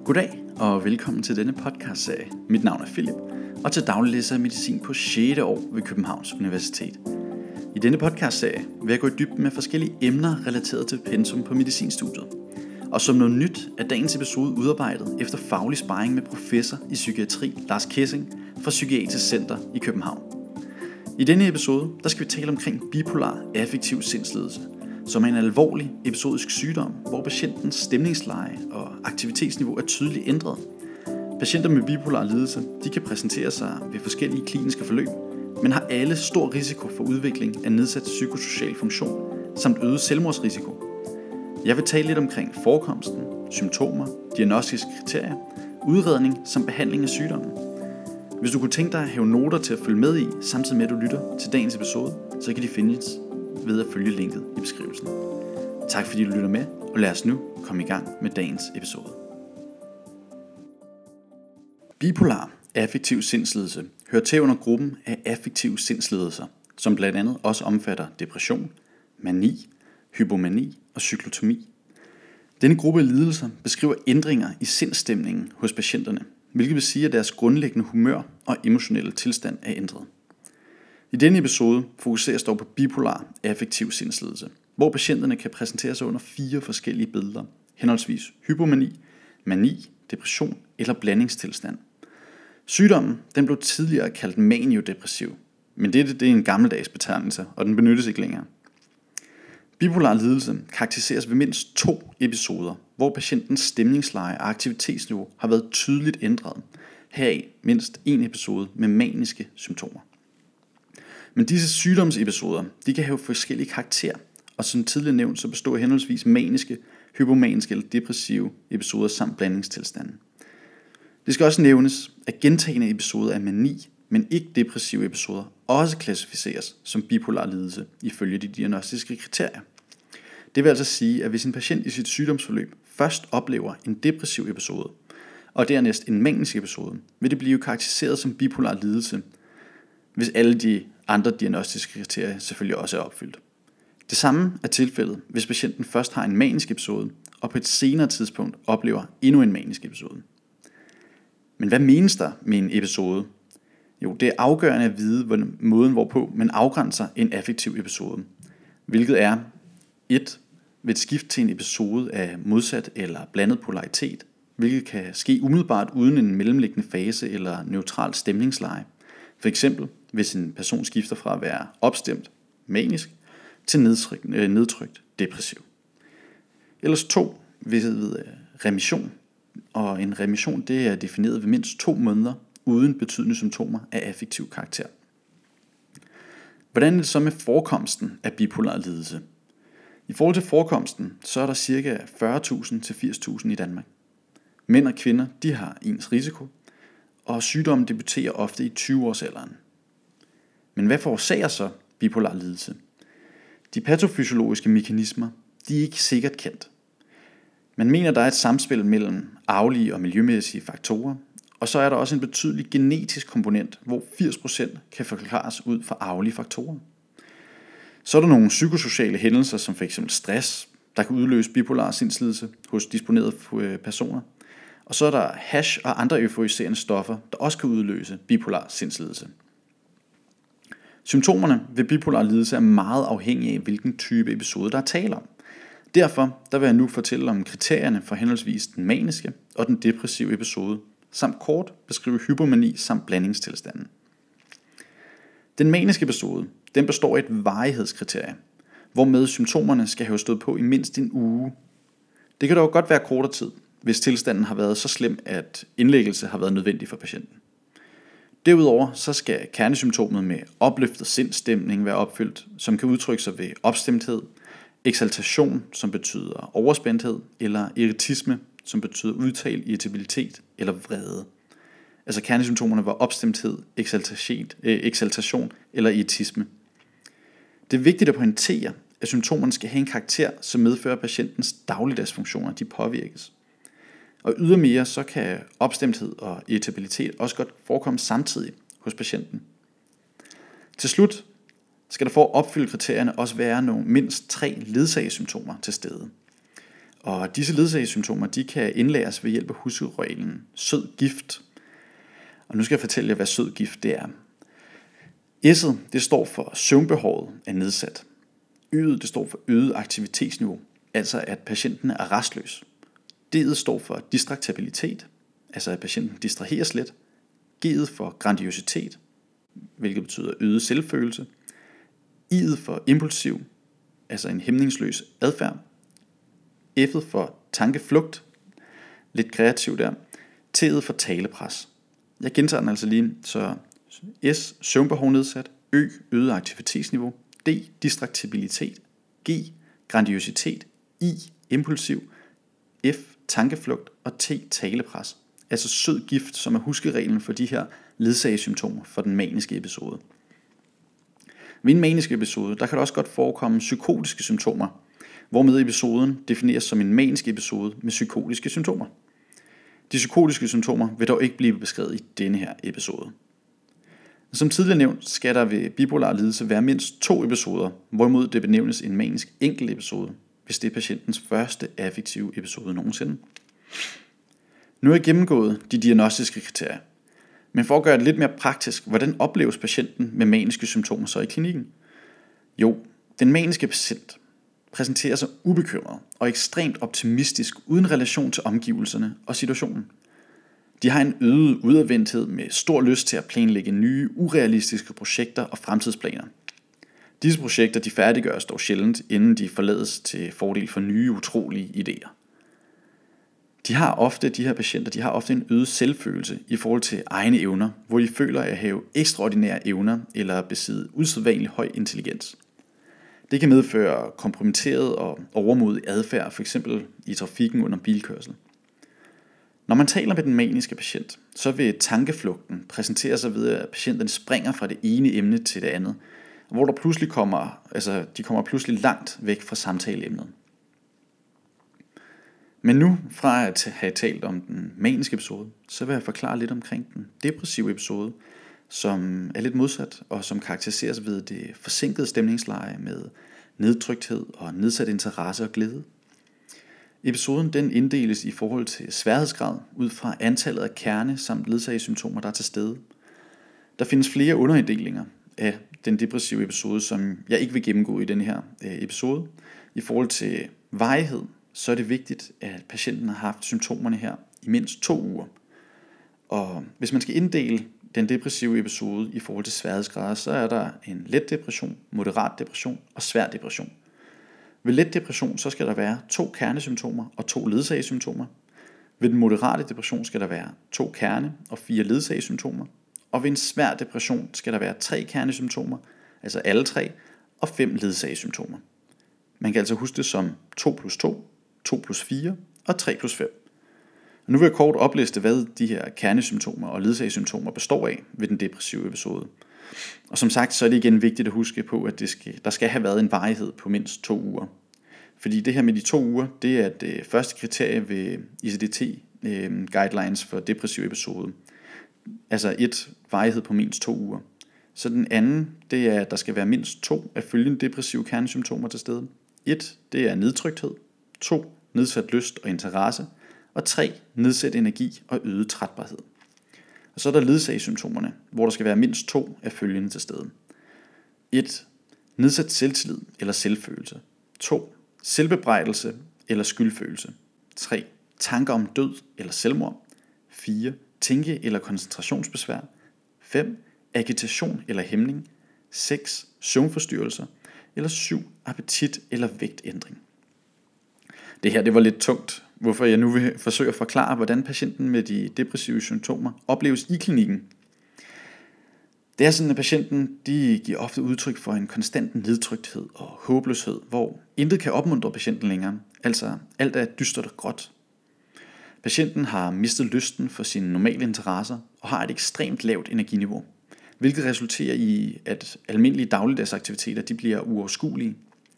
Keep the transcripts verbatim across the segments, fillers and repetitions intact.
Goddag og velkommen til denne podcastserie. Mit navn er Philip, og til daglig læser jeg medicin på sjette år ved Københavns Universitet. I denne podcastserie vil jeg gå i dybden med forskellige emner relateret til pensum på medicinstudiet. Og som noget nyt er dagens episode udarbejdet efter faglig sparring med professor i psykiatri Lars Kessing fra Psykiatrisk Center i København. I denne episode der skal vi tale omkring bipolar affektiv sindslidelse, som er en alvorlig episodisk sygdom, hvor patientens stemningsleje og aktivitetsniveau er tydeligt ændret. Patienter med bipolar lidelse de kan præsentere sig ved forskellige kliniske forløb, men har alle stor risiko for udvikling af nedsat psykosocial funktion samt øget selvmordsrisiko. Jeg vil tale lidt omkring forekomsten, symptomer, diagnostiske kriterier, udredning samt behandling af sygdommen. Hvis du kunne tænke dig at have noter til at følge med i, samtidig med at du lytter til dagens episode, så kan de findes ved at følge linket i beskrivelsen. Tak fordi du lytter med, og lad os nu komme i gang med dagens episode. Bipolar affektiv sindslidelse hører til under gruppen af affektive sindslidelser, som blandt andet også omfatter depression, mani, hypomani og cyklotomi. Denne gruppe af lidelser beskriver ændringer i sindsstemningen hos patienterne, hvilket vil sige, at deres grundlæggende humør og emotionelle tilstand er ændret. I denne episode fokuseres dog på bipolar affektiv sindslidelse, hvor patienterne kan præsentere sig under fire forskellige billeder, henholdsvis hypomani, mani, depression eller blandingstilstand. Sygdommen den blev tidligere kaldt maniodepressiv, men det, det er en gammeldags betegnelse, og den benyttes ikke længere. Bipolar lidelse karakteriseres ved mindst to episoder, hvor patientens stemningsleje og aktivitetsniveau har været tydeligt ændret. Heraf mindst en episode med maniske symptomer. Men disse sygdomsepisoder de kan have forskellige karakterer, og som tidligere nævnt så består henholdsvis maniske, hypomaniske eller depressive episoder samt blandingstilstanden. Det skal også nævnes, at gentagne episoder af mani, men ikke depressive episoder, også klassificeres som bipolar lidelse ifølge de diagnostiske kriterier. Det vil altså sige, at hvis en patient i sit sygdomsforløb først oplever en depressiv episode, og dernæst en manisk episode, vil det blive karakteriseret som bipolar lidelse, hvis alle de andre diagnostiske kriterier selvfølgelig også er opfyldt. Det samme er tilfældet, hvis patienten først har en manisk episode, og på et senere tidspunkt oplever endnu en manisk episode. Men hvad menes der med en episode? Jo, det er afgørende at vide måden, hvorpå man afgrænser en affektiv episode, hvilket er et ved et skift til en episode af modsat eller blandet polaritet, hvilket kan ske umiddelbart uden en mellemliggende fase eller neutral stemningsleje. For eksempel hvis en person skifter fra at være opstemt, manisk, til nedtrykt, nedtrykt depressiv. Ellers to ved remission, og en remission det er defineret ved mindst to måneder uden betydende symptomer af affektiv karakter. Hvordan er det så med forekomsten af bipolar lidelse? I forhold til forekomsten, så er der ca. fyrre tusind til firs tusind i Danmark. Mænd og kvinder de har ens risiko, og sygdommen debuterer ofte i tyve års alderen. Men hvad forårsager så bipolar lidelse? De patofysiologiske mekanismer de er ikke sikkert kendt. Man mener, der er et samspil mellem arvelige og miljømæssige faktorer, og så er der også en betydelig genetisk komponent, hvor firs procent kan forklares ud fra arvelige faktorer. Så er der nogle psykosociale hændelser, som f.eks. stress, der kan udløse bipolar sindslidelse hos disponerede personer. Og så er der hash og andre euforiserende stoffer, der også kan udløse bipolar sindslidelse. Symptomerne ved bipolar lidelse er meget afhængige af, hvilken type episode der er tale om. Derfor der vil jeg nu fortælle om kriterierne for henholdsvis den maniske og den depressive episode, samt kort beskrive hypomani samt blandingstilstanden. Den maniske episode den består af et varighedskriterie, hvormed symptomerne skal have stået på i mindst en uge. Det kan dog godt være kortere tid, hvis tilstanden har været så slem, at indlæggelse har været nødvendig for patienten. Derudover så skal kernesymptomet med opløftet sindsstemning være opfyldt, som kan udtrykke sig ved opstemthed, eksaltation, som betyder overspændthed, eller irritisme, som betyder udtalt irritabilitet eller vrede. Altså kernesymptomerne var opstemthed, eksaltation eller irritisme. Det er vigtigt at pointere, at symptomerne skal have en karakter, som medfører, at patientens dagligdagsfunktioner de påvirkes. Og ydermere så kan opstemthed og irritabilitet også godt forekomme samtidig hos patienten. Til slut skal der for at opfylde kriterierne også være nogle mindst tre ledsagesymptomer til stede. Og disse ledsagesymptomer, de kan indlæres ved hjælp af huskereglen sød gift. Og nu skal jeg fortælle jer, hvad sød gift det er. S'et, det står for søvnbehovet er nedsat. Y'et, det står for øget aktivitetsniveau, altså at patienten er restløs. D'et står for distraktabilitet, altså at patienten distraheres let. G'et for grandiositet, hvilket betyder øget selvfølelse. I'et for impulsiv, altså en hæmningsløs adfærd. F'et for tankeflugt, lidt kreativ der. T'et for talepres. Jeg gentager den altså lige, så S, søvnbehov nedsat. Ø, øget aktivitetsniveau. D, distraktabilitet. G, grandiositet. I, impulsiv. F, tankeflugt. Og T, talepres. Altså sød gift, som er huskereglen for de her ledsagesymptomer for den maniske episode. Ved en manisk episode, der kan der også godt forekomme psykotiske symptomer, hvormed episoden defineres som en manisk episode med psykotiske symptomer. De psykotiske symptomer vil dog ikke blive beskrevet i denne her episode. Som tidligere nævnt, skal der ved bipolar lidelse være mindst to episoder, hvorimod det benævnes en manisk enkelt episode, hvis det er patientens første affektive episode nogensinde. Nu har jeg gennemgået de diagnostiske kriterier, men for at gøre det lidt mere praktisk, hvordan opleves patienten med maniske symptomer så i klinikken? Jo, den maniske patient præsenterer sig ubekymret og ekstremt optimistisk uden relation til omgivelserne og situationen. De har en øget udadvendthed med stor lyst til at planlægge nye, urealistiske projekter og fremtidsplaner. Disse projekter de færdiggøres dog sjældent, inden de forlades til fordel for nye, utrolige idéer. De har ofte, de her patienter, de har ofte en øget selvfølelse i forhold til egne evner, hvor de føler at have ekstraordinære evner eller besidde usædvanlig høj intelligens. Det kan medføre kompromitteret og overmodig adfærd, f.eks. i trafikken under bilkørsel. Når man taler med den maniske patient, så vil tankeflugten præsentere sig ved, at patienten springer fra det ene emne til det andet, hvor der pludselig kommer, altså de kommer pludselig langt væk fra samtaleemnet. Men nu, fra at have talt om den maniske episode, så vil jeg forklare lidt omkring den depressive episode, som er lidt modsat, og som karakteriseres ved det forsinkede stemningsleje med nedtrykthed og nedsat interesse og glæde. Episoden den inddeles i forhold til sværhedsgrad ud fra antallet af kerne samt ledsagesymptomer, der er til stede. Der findes flere underinddelinger af den depressive episode, som jeg ikke vil gennemgå i denne her episode. I forhold til varighed, så er det vigtigt, at patienten har haft symptomerne her i mindst to uger. Og hvis man skal inddele den depressive episode i forhold til sværhedsgrader, så er der en let depression, moderat depression og svær depression. Ved let depression så skal der være to kernesymptomer og to ledsagesymptomer. Ved den moderate depression skal der være to kerne og fire ledsagesymptomer. Og ved en svær depression skal der være tre kernesymptomer, altså alle tre, og fem ledsagesymptomer. Man kan altså huske det som to plus to, to plus fire og tre plus fem. Og nu vil jeg kort opliste, hvad de her kernesymptomer og ledsagesymptomer består af ved den depressive episode. Og som sagt, så er det igen vigtigt at huske på, at det skal, der skal have været en varighed på mindst to uger. Fordi det her med de to uger, det er det første kriterie ved I C D T øh, guidelines for depressiv episode. Altså et varighed på mindst to uger. Så den anden, det er, at der skal være mindst to af følgende depressive kernesymptomer til stede. Et, det er nedtrykthed. To, nedsat lyst og interesse. Og tre, nedsat energi og øget trætbarhed. Og så er der ledsagesymptomerne, hvor der skal være mindst to af følgende til stede. et. Nedsat selvtillid eller selvfølelse. to. Selvbebrejdelse eller skyldfølelse. tre. Tanker om død eller selvmord. fire. Tænke- eller koncentrationsbesvær. fem. Agitation eller hæmning. seks. Søvnforstyrrelser. Eller syv. Appetit eller vægtændring. Det her det var lidt tungt, hvorfor jeg nu vil forsøge at forklare, hvordan patienten med de depressive symptomer opleves i klinikken. Det er sådan, at patienten de giver ofte udtryk for en konstant nedtrykthed og håbløshed, hvor intet kan opmuntre patienten længere, altså alt er dystert og gråt. Patienten har mistet lysten for sine normale interesser og har et ekstremt lavt energiniveau, hvilket resulterer i, at almindelige dagligdagsaktiviteter de bliver uoverskuelige.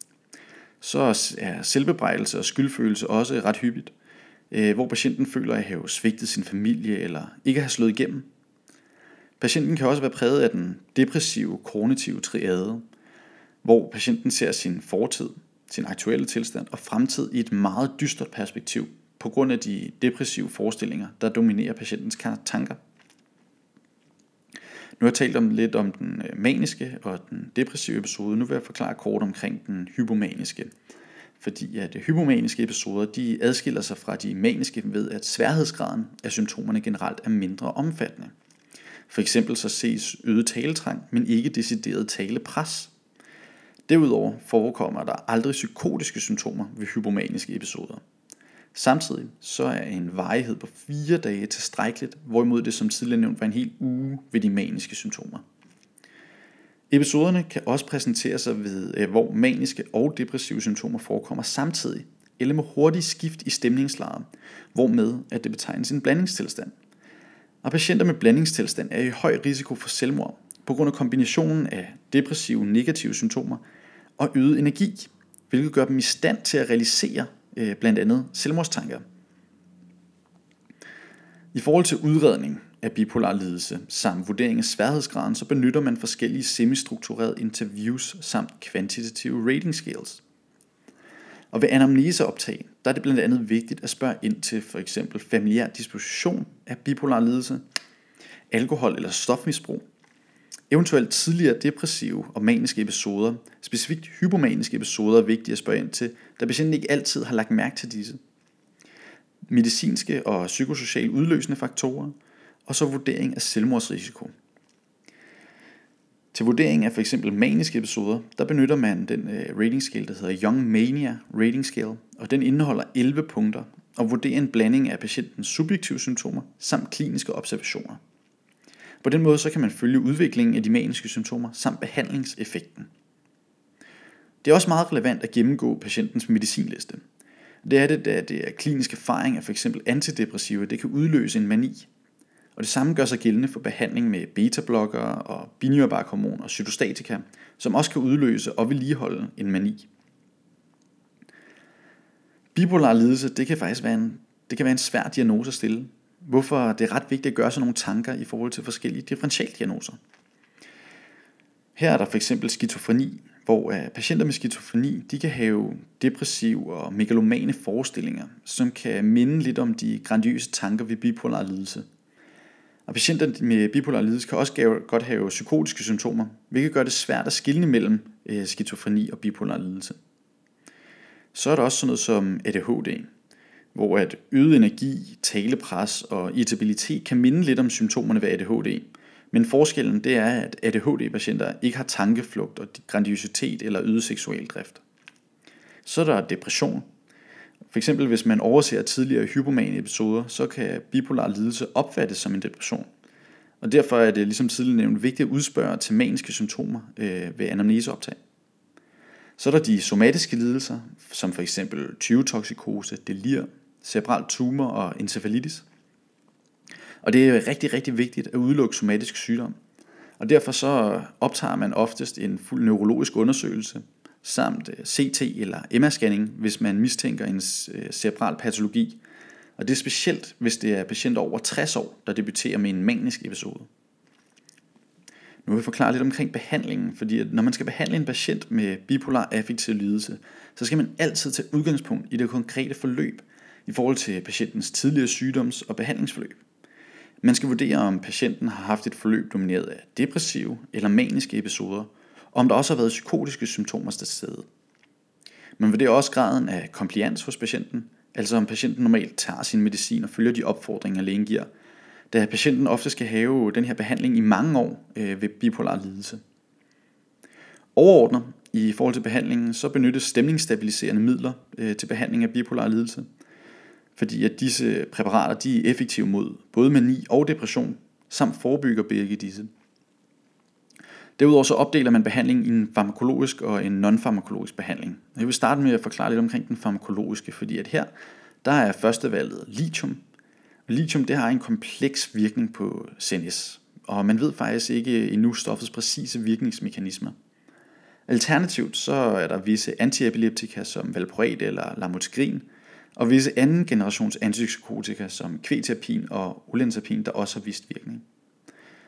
Så er selvbebrejdelse og skyldfølelse også ret hyppigt, hvor patienten føler at have svigtet sin familie eller ikke have slået igennem. Patienten kan også være præget af den depressive kognitive triade, hvor patienten ser sin fortid, sin aktuelle tilstand og fremtid i et meget dystert perspektiv på grund af de depressive forestillinger, der dominerer patientens tanker. Nu har jeg talt om lidt om den maniske og den depressive episode. Nu vil jeg forklare kort omkring den hypomaniske. Fordi at hypomaniske episoder, de adskiller sig fra de maniske ved, at sværhedsgraden af symptomerne generelt er mindre omfattende. For eksempel så ses øget taletrang, men ikke decideret talepres. Derudover forekommer der aldrig psykotiske symptomer ved hypomaniske episoder. Samtidig så er en varighed på fire dage tilstrækkeligt, hvorimod det som tidligere nævnt var en hel uge ved de maniske symptomer. Episoderne kan også præsentere sig ved, hvor maniske og depressive symptomer forekommer samtidig, eller med hurtig skift i stemningslejet, hvormed at det betegnes en blandingstilstand. Og patienter med blandingstilstand er i høj risiko for selvmord, på grund af kombinationen af depressive negative symptomer og øget energi, hvilket gør dem i stand til at realisere øh, blandt andet selvmordstanker. I forhold til udredning af bipolar lidelse samt vurdering af sværhedsgraden, så benytter man forskellige semistrukturerede interviews samt kvantitative rating scales. Og ved anamneseoptag, der er det blandt andet vigtigt at spørge ind til for eksempel familiær disposition af bipolar lidelse, alkohol eller stofmisbrug, eventuelt tidligere depressive og maniske episoder, specifikt hypomaniske episoder er vigtige at spørge ind til, da patienten ikke altid har lagt mærke til disse. Medicinske og psykosociale udløsende faktorer, og så vurdering af selvmordsrisiko. Til vurdering af for eksempel maniske episoder, der benytter man den rating scale, der hedder Young Mania Rating Scale, og den indeholder elleve punkter og vurderer en blanding af patientens subjektive symptomer samt kliniske observationer. På den måde så kan man følge udviklingen af de maniske symptomer samt behandlingseffekten. Det er også meget relevant at gennemgå patientens medicinliste. Det er det, da det er klinisk erfaring af for eksempel antidepressiva, det kan udløse en mani. Og det samme gør sig gældende for behandling med beta-blokkere og binyrbarkhormon og cytostatika, som også kan udløse og vedligeholde en mani. Bipolar lidelse, det kan faktisk være en, det kan være en svær diagnose at stille, hvorfor det er ret vigtigt at gøre sig nogle tanker i forhold til forskellige differentialdiagnoser. Her er der for eksempel skizofreni, hvor patienter med skizofreni, de kan have depressive og megalomane forestillinger, som kan minde lidt om de grandiøse tanker ved bipolar lidelse. Og patienter med bipolar lidelse kan også godt have psykotiske symptomer, hvilket gør det svært at skelne mellem øh, skizofreni og bipolar lidelse. Så er der også sådan noget som A D H D, hvor at øget energi, talepres og irritabilitet kan minde lidt om symptomerne ved A D H D. Men forskellen det er, at A D H D-patienter ikke har tankeflugt og grandiositet eller øget seksuel drift. Så er der depression. For eksempel hvis man overser tidligere hypomane episoder, så kan bipolar lidelse opfattes som en depression. Og derfor er det ligesom tidligere nævnt vigtigt at udspørge til maniske symptomer øh, ved anamneseoptag. Så er der de somatiske lidelser, som for eksempel tyvetoksikose, delir, cerebral tumor og encefalitis. Og det er rigtig, rigtig vigtigt at udelukke somatisk sygdom. Og derfor så optager man oftest en fuld neurologisk undersøgelse, samt C T eller M R-scanning, hvis man mistænker en cerebral patologi. Og det er specielt, hvis det er patienter over tres år, der debuterer med en manisk episode. Nu vil jeg forklare lidt omkring behandlingen, fordi når man skal behandle en patient med bipolar affektiv lidelse, så skal man altid tage udgangspunkt i det konkrete forløb i forhold til patientens tidligere sygdoms- og behandlingsforløb. Man skal vurdere, om patienten har haft et forløb domineret af depressive eller maniske episoder, og om der også har været psykotiske symptomer til stede. Man vurderer også graden af compliance hos patienten, altså om patienten normalt tager sin medicin og følger de opfordringer, lægen giver, da patienten ofte skal have den her behandling i mange år øh, ved bipolar lidelse. Overordnet i forhold til behandlingen, så benyttes stemningsstabiliserende midler øh, til behandling af bipolar lidelse, fordi at disse præparater de er effektive mod både mani og depression, samt forebygger begge disse. Derudover så opdeler man behandlingen i en farmakologisk og en non-farmakologisk behandling. Jeg vil starte med at forklare lidt omkring den farmakologiske, fordi at her der er førstevalget lithium. Lithium det har en kompleks virkning på C N S, og man ved faktisk ikke endnu stoffets præcise virkningsmekanismer. Alternativt så er der visse antiepileptika som valproat eller lamotrigin, og visse anden generations antipsykotika som quetiapin og olanzapin, der også har vist virkning.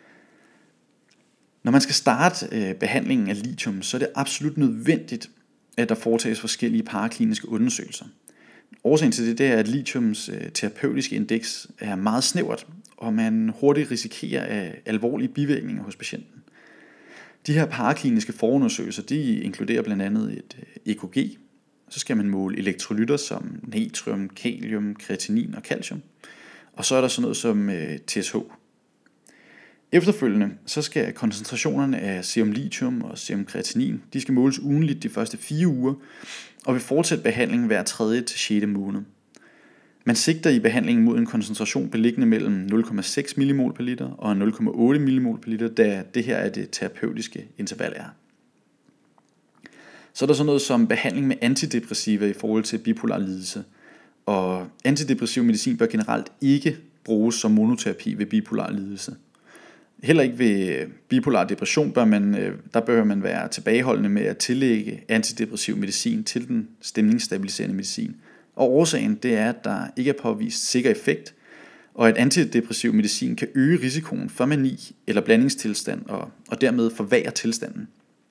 Når man skal starte øh, behandlingen af lithium, så er det absolut nødvendigt at der foretages forskellige parakliniske undersøgelser. Årsagen til det, det er, at lithiums terapeutiske indeks er meget snævert, og man hurtigt risikerer af alvorlige bivirkninger hos patienten. De her parakliniske forundersøgelser, de inkluderer blandt andet et E K G. Så skal man måle elektrolytter som natrium, kalium, kreatinin og calcium. Og så er der sådan noget som T S H. Efterfølgende så skal koncentrationerne af serum lithium og serum kreatinin, de skal måles ugentligt de første fire uger, og vil fortsætte behandlingen hver tredje til sjette måned. Man sigter i behandlingen mod en koncentration beliggende mellem nul komma seks millimol per liter og nul komma otte millimol per liter, da det her er det terapeutiske interval er. Så er der sådan noget som behandling med antidepressiva i forhold til bipolar lidelse. Og antidepressiv medicin bør generelt ikke bruges som monoterapi ved bipolar lidelse. Heller ikke ved bipolar depression bør man, der bør man være tilbageholdende med at tillægge antidepressiv medicin til den stemningsstabiliserende medicin. Og årsagen det er, at der ikke er påvist sikker effekt, og at antidepressiv medicin kan øge risikoen for mani eller blandingstilstand og, og dermed forværre tilstanden.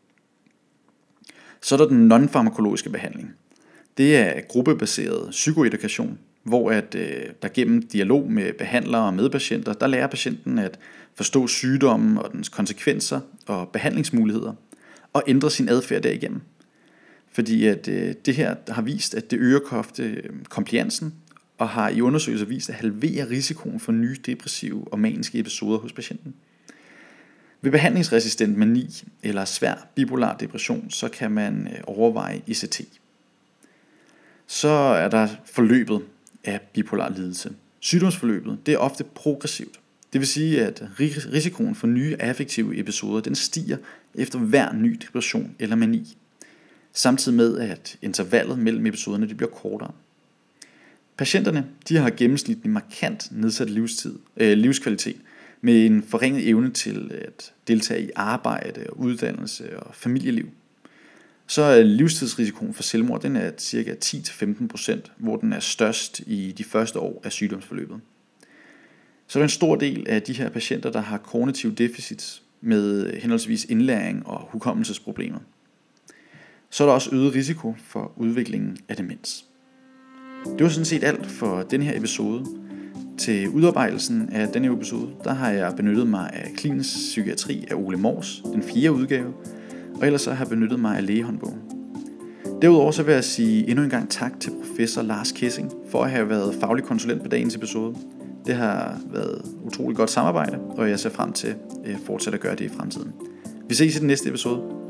Så er der den non-farmakologiske behandling. Det er gruppebaseret psykoedukation, hvor at, øh, der gennem dialog med behandlere og medpatienter, der lærer patienten at forstå sygdommen og dens konsekvenser og behandlingsmuligheder, og ændre sin adfærd derigennem. Fordi at, øh, det her har vist, at det øger ofte kompliansen, og har i undersøgelser vist at halvere risikoen for nye depressive og maniske episoder hos patienten. Ved behandlingsresistent mani eller svær bipolar depression, så kan man overveje E C T. Så er der forløbet af bipolar lidelse. Sygdomsforløbet, det er ofte progressivt. Det vil sige, at risikoen for nye affektive episoder, den stiger efter hver ny depression eller mani. Samtidig med, at intervallet mellem episoderne det bliver kortere. Patienterne, de har gennemsnitligt markant nedsat livstid, øh, livskvalitet, med en forringet evne til at deltage i arbejde, uddannelse og familieliv. Så er livstidsrisikoen for selvmord den er cirka ti til femten procent, hvor den er størst i de første år af sygdomsforløbet. Så er der en stor del af de her patienter, der har kognitive deficits med henholdsvis indlæring og hukommelsesproblemer. Så er der også øget risiko for udviklingen af demens. Det var sådan set alt for denne her episode. Til udarbejdelsen af denne episode, der har jeg benyttet mig af Klinisk Psykiatri af Ole Mors, den fjerde udgave, og ellers så har jeg benyttet mig af Lægehåndbogen. Derudover så vil jeg sige endnu en gang tak til professor Lars Kissing for at have været faglig konsulent på dagens episode. Det har været utroligt godt samarbejde, og jeg ser frem til at fortsætte at gøre det i fremtiden. Vi ses i den næste episode.